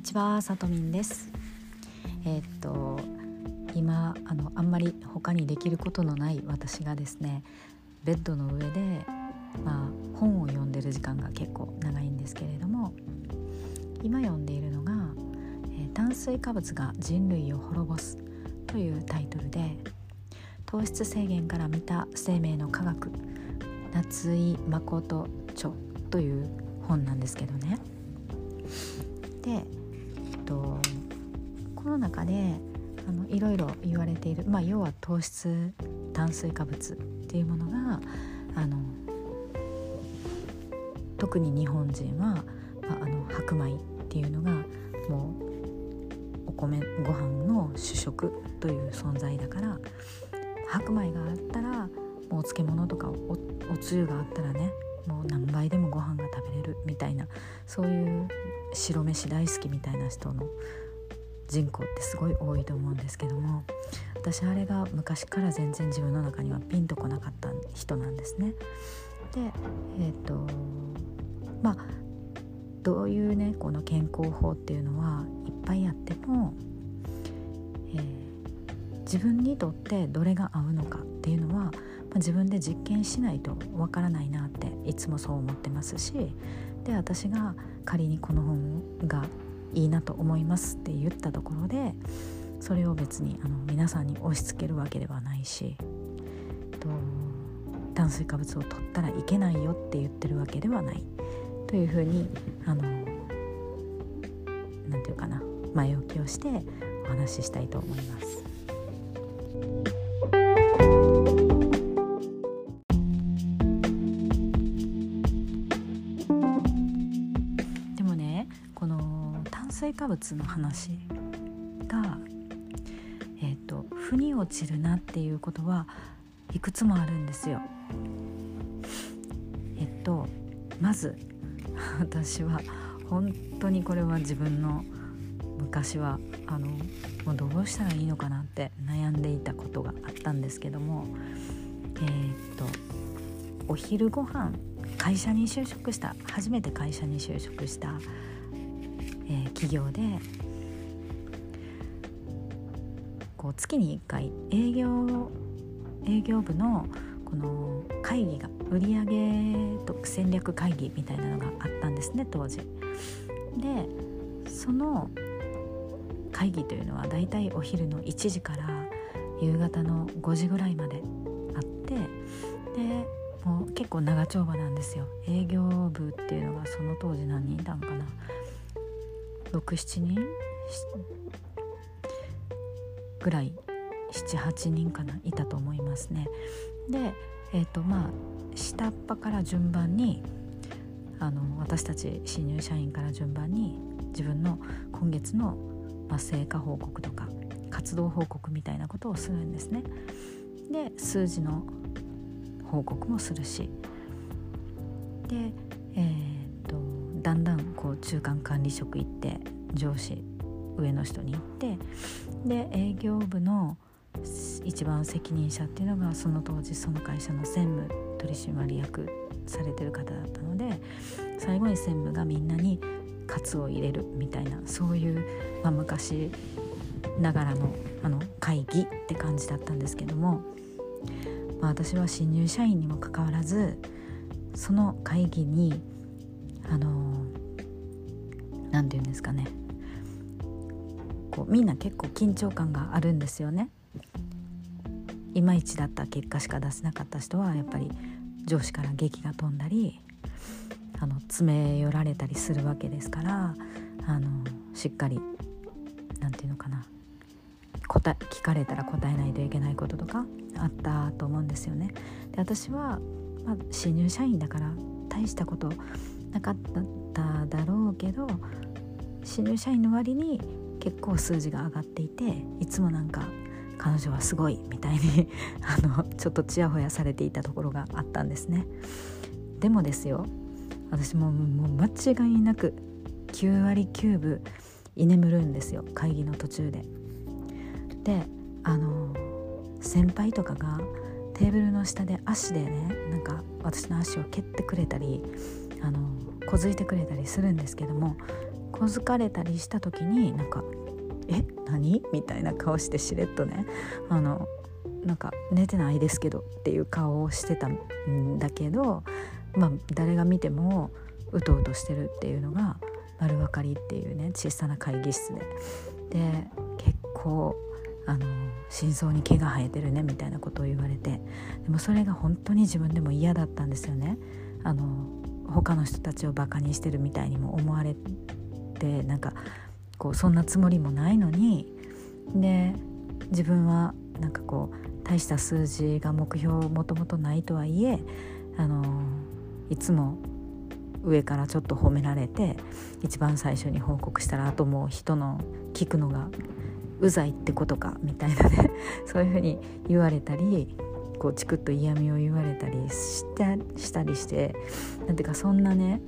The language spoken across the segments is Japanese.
にちは、さとみんです。今あんまり他にできることのない私がですね、ベッドの上で、本を読んでる時間が結構長いんですけれども、今読んでいるのが、炭水化物が人類を滅ぼすというタイトルで、糖質制限から見た生命の科学、夏井誠著という本なんですけどね。で、この中でいろいろ言われている、要は糖質、炭水化物っていうものが特に日本人は、白米っていうのがもうお米ご飯の主食という存在だから、白米があったらもうお漬物とか おつゆがあったらね、もう何倍でもご飯が食べれるみたいな、そういう白飯大好きみたいな人の人口ってすごい多いと思うんですけども、私あれが昔から全然自分の中にはピンとこなかった人なんですね。で、どういうね、この健康法っていうのはいっぱいあっても、自分にとってどれが合うのかっていうのは、自分で実験しないとわからないなっていつもそう思ってますし、で私が仮にこの本がいいなと思いますって言ったところで、それを別に皆さんに押し付けるわけではないし、炭水化物を取ったらいけないよって言ってるわけではないというふうになんていうかな、前置きをしてお話ししたいと思います。でもね、この炭水化物の話が、腑に落ちるなっていうことはいくつもあるんですよ。まず私は本当にこれは自分の昔はもうどうしたらいいのかなって悩んでいたことがあったんですけども、お昼ご飯、初めて会社に就職した、企業でこう月に1回営業部のこの会議が、売上と戦略会議みたいなのがあったんですね、当時。でその会議というのはだいたいお昼の1時から夕方の5時ぐらいまであって、でもう結構長丁場なんですよ。営業部っていうのがその当時何人いたのかな、6,7 人ぐらい、7,8 人かな、いたと思いますね。で、下っ端から順番に私たち新入社員から順番に自分の今月の、成果報告とか活動報告みたいなことをするんですね。で数字の報告もするし、で、だんだんこう中間管理職行って、上司上の人に行って、で営業部の一番責任者っていうのがその当時その会社の専務取締役されてる方だったので、最後に専務がみんなに喝を入れるみたいな、そういう、昔ながらの会議って感じだったんですけども、私は新入社員にもかかわらずその会議になんていうんですかね、こうみんな結構緊張感があるんですよね。いまいちだった結果しか出せなかった人はやっぱり上司から檄が飛んだり詰め寄られたりするわけですから、しっかりなんていうのかな、聞かれたら答えないといけないこととかあったと思うんですよね。で私は、新入社員だから大したことなかっただろうけど、新入社員の割に結構数字が上がっていて、いつもなんか彼女はすごいみたいにちょっとちやほやされていたところがあったんですね。でもですよ、私もう間違いなく9割9分居眠るんですよ、会議の途中で。で先輩とかがテーブルの下で足でね、なんか私の足を蹴ってくれたり、 小づいてくれたりするんですけども、小づかれたりした時になんか何みたいな顔してしれっとねなんか寝てないですけどっていう顔をしてたんだけど、誰が見てもうとうとしてるっていうのが丸分かりっていうね、小さな会議室で結構心臓に毛が生えてるねみたいなことを言われて、でもそれが本当に自分でも嫌だったんですよね。他の人たちをバカにしてるみたいにも思われて、なんかこうそんなつもりもないのに、で自分はなんかこう大した数字が目標もともとないとはいえいつも上からちょっと褒められて、一番最初に報告したらあともう人の聞くのがうざいってことかみたいなねそういうふうに言われたり、こうチクッと嫌味を言われたりしたりして、なんていうかそんなね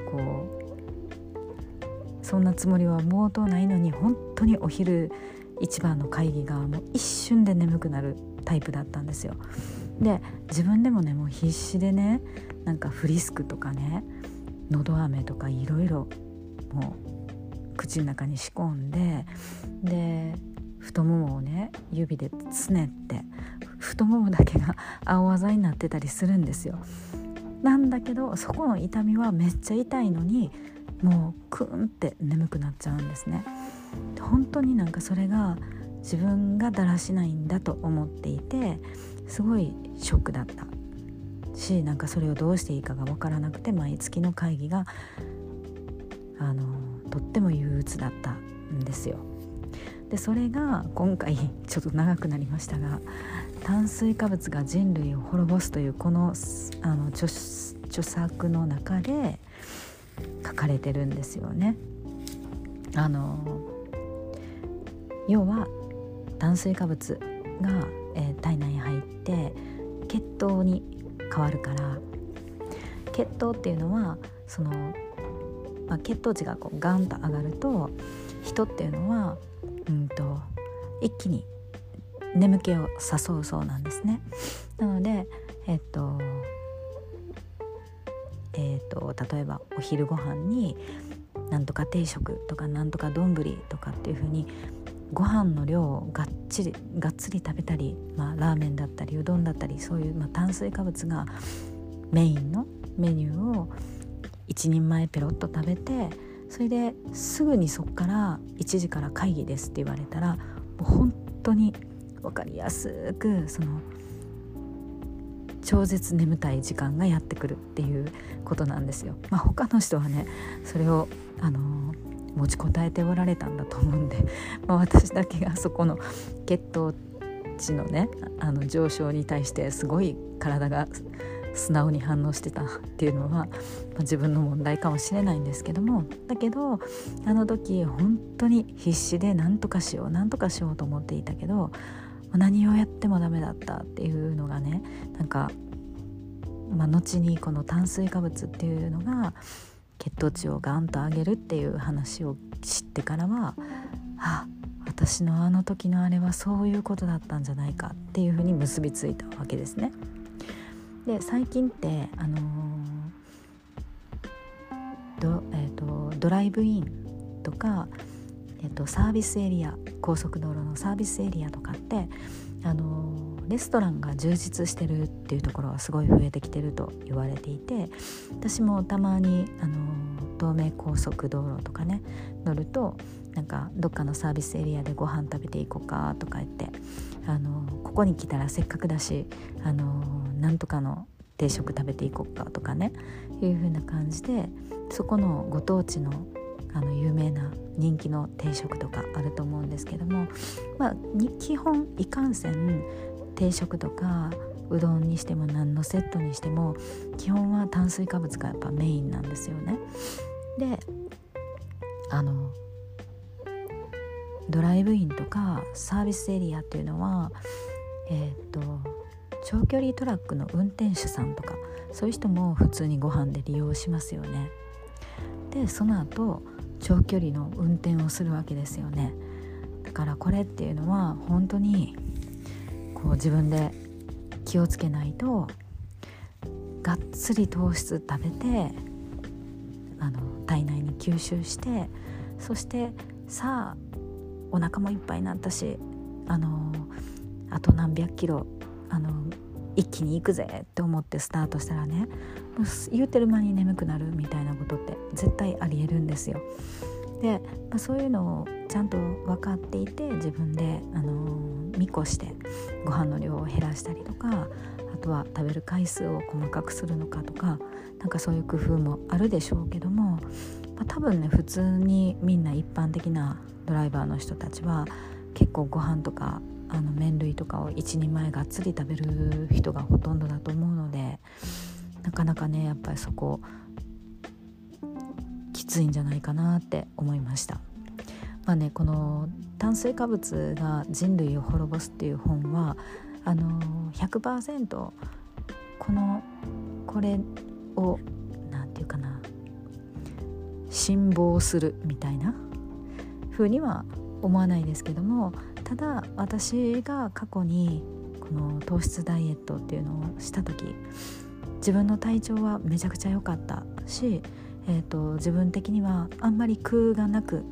そんなつもりは毛頭ないのに、本当にお昼一番の会議がもう一瞬で眠くなるタイプだったんですよ。で自分でもねもう必死でね、なんかフリスクとかね、のど飴とかいろいろもう口の中に仕込んで、で太ももをね指でつねって太ももだけが青あざになってたりするんですよ。なんだけどそこの痛みはめっちゃ痛いのに、もうクーンって眠くなっちゃうんですね。本当になんかそれが自分がだらしないんだと思っていて、すごいショックだったし、なんかそれをどうしていいかが分からなくて、毎月の会議がとっても憂鬱だったんですよ。でそれが今回ちょっと長くなりましたが、炭水化物が人類を滅ぼすというこの著作の中で書かれてるんですよね。要は炭水化物が、体内に入って血糖に変わるから、血糖っていうのは血糖値がこうガンと上がると、人っていうのは一気に眠気を誘うそうなんですね。なので例えばお昼ご飯になんとか定食とかなんとか丼とかっていう風にご飯の量をがっつり食べたり、ラーメンだったりうどんだったり、そういう、炭水化物がメインのメニューを一人前ペロッと食べて、それですぐにそこから1時から会議ですって言われたら、もう本当に分かりやすくその超絶眠たい時間がやってくるっていうことなんですよ。他の人はねそれを持ちこたえておられたんだと思うんで、私だけがそこの血糖値のね上昇に対してすごい体が素直に反応してたっていうのは、自分の問題かもしれないんですけども、だけどあの時本当に必死で何とかしようと思っていたけど、何をやってもダメだったっていうのがね、なんか、後にこの炭水化物っていうのが血糖値をガンと上げるっていう話を知ってからは、私のあの時のあれはそういうことだったんじゃないかっていうふうに結びついたわけですね。で最近ってドライブインとか、サービスエリア、高速道路のサービスエリアとかってレストランが充実してるっていうところはすごい増えてきてると言われていて、私もたまに東名高速道路とかね乗ると、なんかどっかのサービスエリアでご飯食べていこうかとか言って、ここに来たらせっかくだしなんとかの定食食べていこうかとかねいう風な感じで、そこのご当地の有名な人気の定食とかあると思うんですけども、基本いかんせん定食とかうどんにしても何のセットにしても基本は炭水化物がやっぱメインなんですよね。でドライブインとかサービスエリアっていうのは長距離トラックの運転手さんとかそういう人も普通にご飯で利用しますよね。でその後長距離の運転をするわけですよね。だからこれっていうのは本当にこう自分で気をつけないと、がっつり糖質食べて体内に吸収して、そしてさあお腹もいっぱいになったし、あと何百キロ一気に行くぜって思ってスタートしたらね、もう言うてる間に眠くなるみたいなことって絶対ありえるんですよ。で、そういうのをちゃんと分かっていて、自分で見越してご飯の量を減らしたりとか、あとは食べる回数を細かくするのかとか、なんかそういう工夫もあるでしょうけども、多分ね、普通にみんな一般的なドライバーの人たちは結構ご飯とか麺類とかを一人前がっつり食べる人がほとんどだと思うので、なかなかねやっぱりそこきついんじゃないかなって思いました。この炭水化物が人類を滅ぼすっていう本は100% これをなんていうかな、辛抱するみたいな風には思わないですけども、ただ私が過去にこの糖質ダイエットっていうのをした時、自分の体調はめちゃくちゃ良かったし、自分的にはあんまり苦労がなく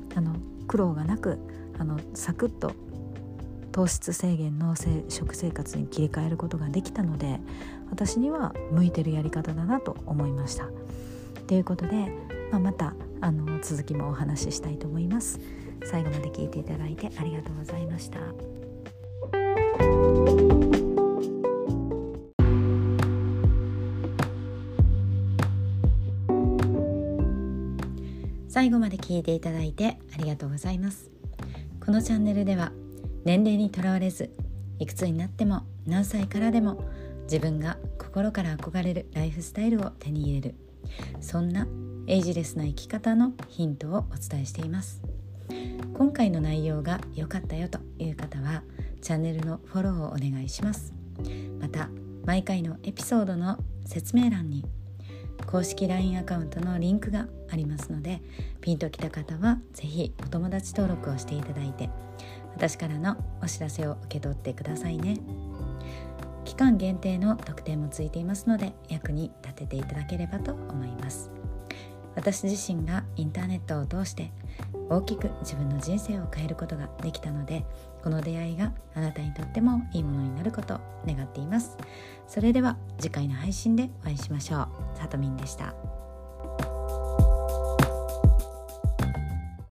サクッと糖質制限の食生活に切り替えることができたので、私には向いてるやり方だなと思いました。ということで、また続きもお話ししたいと思います。最後まで聞いていただいてありがとうございました。最後まで聞いていただいてありがとうございます。このチャンネルでは年齢にとらわれず、いくつになっても何歳からでも自分が心から憧れるライフスタイルを手に入れる、そんなエイジレスな生き方のヒントをお伝えしています。今回の内容が良かったよという方はチャンネルのフォローをお願いします。また毎回のエピソードの説明欄に公式 LINE アカウントのリンクがありますので、ピンときた方はぜひお友達登録をしていただいて、私からのお知らせを受け取ってくださいね。期間限定の特典もついていますので、役に立てていただければと思います。私自身がインターネットを通して大きく自分の人生を変えることができたので、この出会いがあなたにとってもいいものになることを願っています。それでは次回の配信でお会いしましょう。さとみんでした。